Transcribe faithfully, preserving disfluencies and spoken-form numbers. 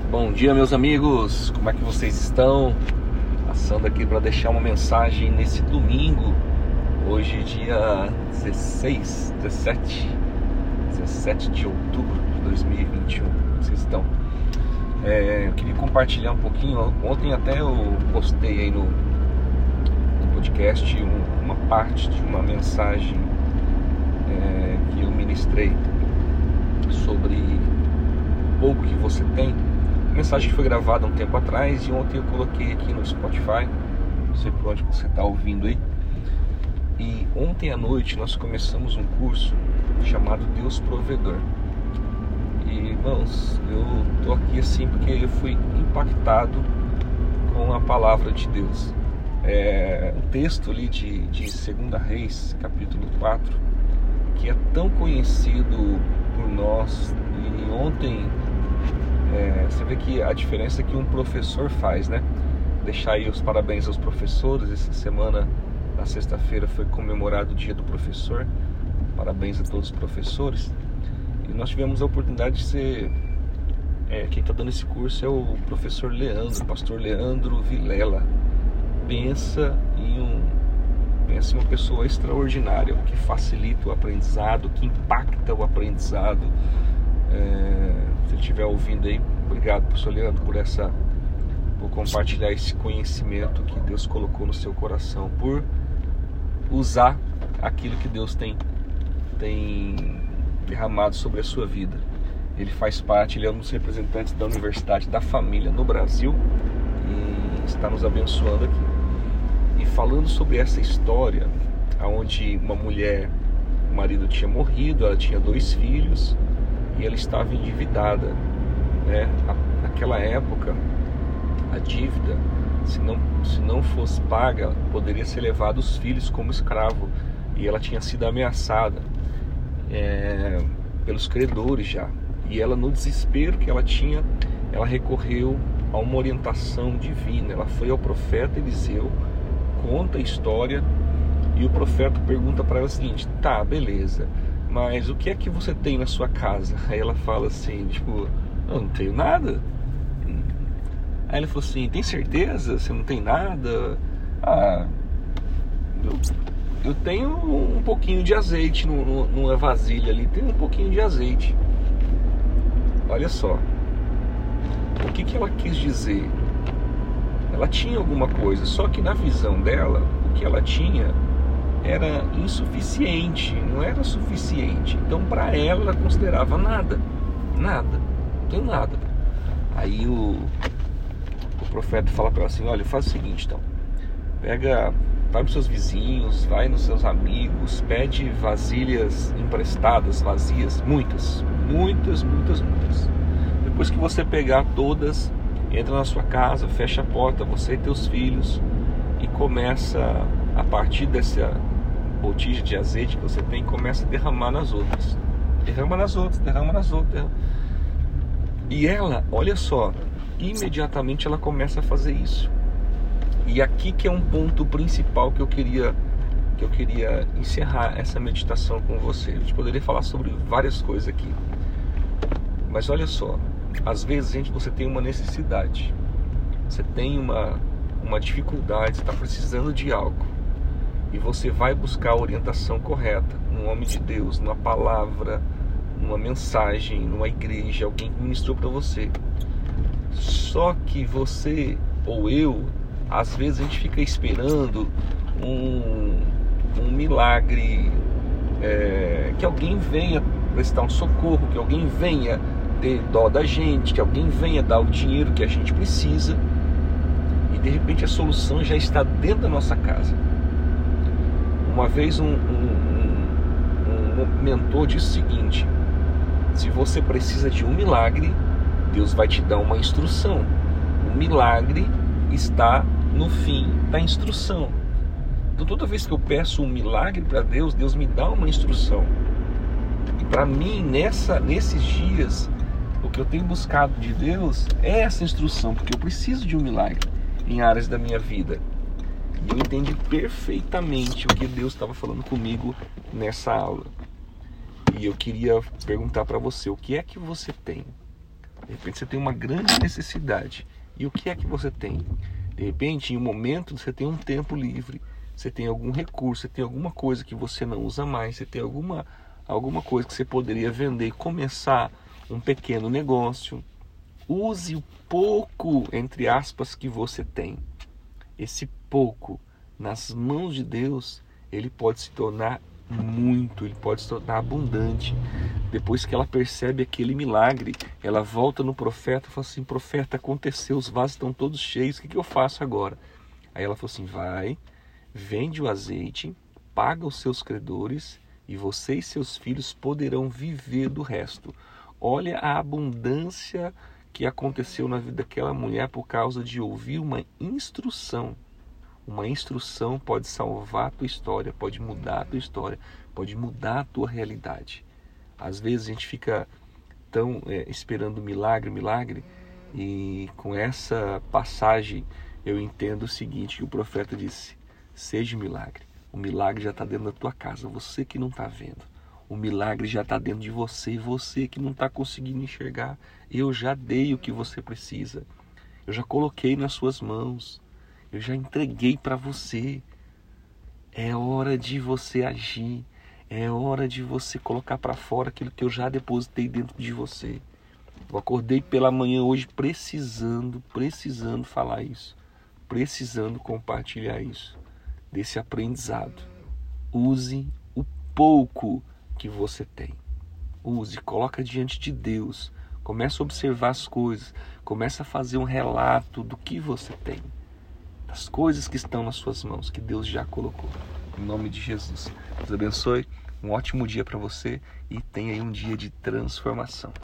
Bom dia, meus amigos, como é que vocês estão? Passando aqui para deixar uma mensagem nesse domingo, hoje dia dezesseis, dezessete, dezessete de outubro de dois mil e vinte e um. Como vocês estão? É, eu queria compartilhar um pouquinho. Ontem até eu postei aí no, no podcast um, uma parte de uma mensagem é, que eu ministrei sobre o pouco que você tem. Mensagem que foi gravada um tempo atrás e ontem eu coloquei aqui no Spotify, não sei por onde você está ouvindo aí. E ontem à noite nós começamos um curso chamado Deus Provedor. E irmãos, eu tô aqui assim porque eu fui impactado com a palavra de Deus. É um texto ali de, de Segunda Reis, capítulo quatro, que é tão conhecido por nós. E ontem É, você vê que a diferença que um professor faz, né? Deixar aí os parabéns aos professores. Essa semana, na sexta-feira, foi comemorado o dia do professor. Parabéns a todos os professores. E nós tivemos a oportunidade de ser... É, quem está dando esse curso é o professor Leandro, pastor Leandro Vilela. Pensa em, um, pensa em uma pessoa extraordinária, que facilita o aprendizado, que impacta o aprendizado. É, se ele estiver ouvindo aí, obrigado, professor Leandro, por essa, por compartilhar esse conhecimento que Deus colocou no seu coração, por usar aquilo que Deus tem, tem derramado sobre a sua vida. Ele faz parte, ele é um dos representantes da Universidade da Família no Brasil e está nos abençoando aqui. E falando sobre essa história, onde uma mulher, o marido tinha morrido, ela tinha dois filhos e ela estava endividada, né? Naquela época, a dívida, se não, se não fosse paga, poderia ser levado os filhos como escravo. E ela tinha sido ameaçada é, pelos credores já. E ela, no desespero que ela tinha, ela recorreu a uma orientação divina. Ela foi ao profeta Eliseu, conta a história, e o profeta pergunta para ela o seguinte: tá, beleza, mas o que é que você tem na sua casa? Aí ela fala assim, tipo, eu não tenho nada. Aí ele falou assim, tem certeza? Você não tem nada? Ah, eu, eu tenho um pouquinho de azeite no, no, numa vasilha ali, tem um pouquinho de azeite. Olha só, o que, que ela quis dizer? Ela tinha alguma coisa, só que na visão dela, o que ela tinha era insuficiente, não era suficiente. Então para ela, ela considerava nada, nada, não tem nada. Aí o, o profeta fala para ela assim, olha, faz o seguinte então, pega, vai para os seus vizinhos, vai nos seus amigos, pede vasilhas emprestadas, vazias, muitas, muitas, muitas, muitas. Depois que você pegar todas, entra na sua casa, fecha a porta, você e teus filhos, e começa, a partir dessa botija de azeite que você tem, começa a derramar nas outras. Derrama nas outras, derrama nas outras. Derrama. E ela, olha só, imediatamente ela começa a fazer isso. E aqui que é um ponto principal que eu queria, que eu queria encerrar essa meditação com você. A gente poderia falar sobre várias coisas aqui. Mas olha só, às vezes, gente, você tem uma necessidade. Você tem uma, uma dificuldade, você está precisando de algo. E você vai buscar a orientação correta no nome de Deus, numa palavra, numa mensagem, numa igreja, alguém que ministrou para você. Só que você ou eu, às vezes a gente fica esperando um, um milagre, é, que alguém venha prestar um socorro, que alguém venha ter dó da gente, que alguém venha dar o dinheiro que a gente precisa. E de repente a solução já está dentro da nossa casa. Uma vez um, um, um, um mentor disse o seguinte: se você precisa de um milagre, Deus vai te dar uma instrução. O milagre está no fim da instrução. Então toda vez que eu peço um milagre para Deus, Deus me dá uma instrução. E para mim, nessa, nesses dias, o que eu tenho buscado de Deus é essa instrução, porque eu preciso de um milagre em áreas da minha vida. E eu entendi perfeitamente o que Deus estava falando comigo nessa aula. E eu queria perguntar para você, o que é que você tem? De repente você tem uma grande necessidade. E o que é que você tem? De repente, em um momento, você tem um tempo livre, você tem algum recurso, você tem alguma coisa que você não usa mais, você tem alguma, alguma coisa que você poderia vender e começar um pequeno negócio. Use o pouco, entre aspas, que você tem. Esse pouco, nas mãos de Deus, ele pode se tornar muito, ele pode se tornar abundante. Depois que ela percebe aquele milagre, ela volta no profeta e fala assim: profeta, aconteceu, os vasos estão todos cheios, o que, que eu faço agora? Aí ela falou assim: vai, vende o azeite, paga os seus credores e você e seus filhos poderão viver do resto. Olha a abundância que aconteceu na vida daquela mulher por causa de ouvir uma instrução. Uma instrução pode salvar a tua história, pode mudar a tua história, pode mudar a tua realidade. Às vezes a gente fica tão é, esperando milagre, milagre, e com essa passagem eu entendo o seguinte, que o profeta disse: seja um milagre. O milagre já está dentro da tua casa, você que não está vendo. O milagre já está dentro de você, você que não está conseguindo enxergar. Eu já dei o que você precisa. Eu já coloquei nas suas mãos. Eu já entreguei para você. É hora de você agir. É hora de você colocar para fora aquilo que eu já depositei dentro de você. Eu acordei pela manhã hoje precisando, precisando falar isso. Precisando compartilhar isso. Desse aprendizado. Use o pouco que você tem. Use, coloca diante de Deus. Comece a observar as coisas. Comece a fazer um relato do que você tem. Das coisas que estão nas suas mãos, que Deus já colocou. Em nome de Jesus. Deus abençoe. Um ótimo dia para você e tenha aí um dia de transformação.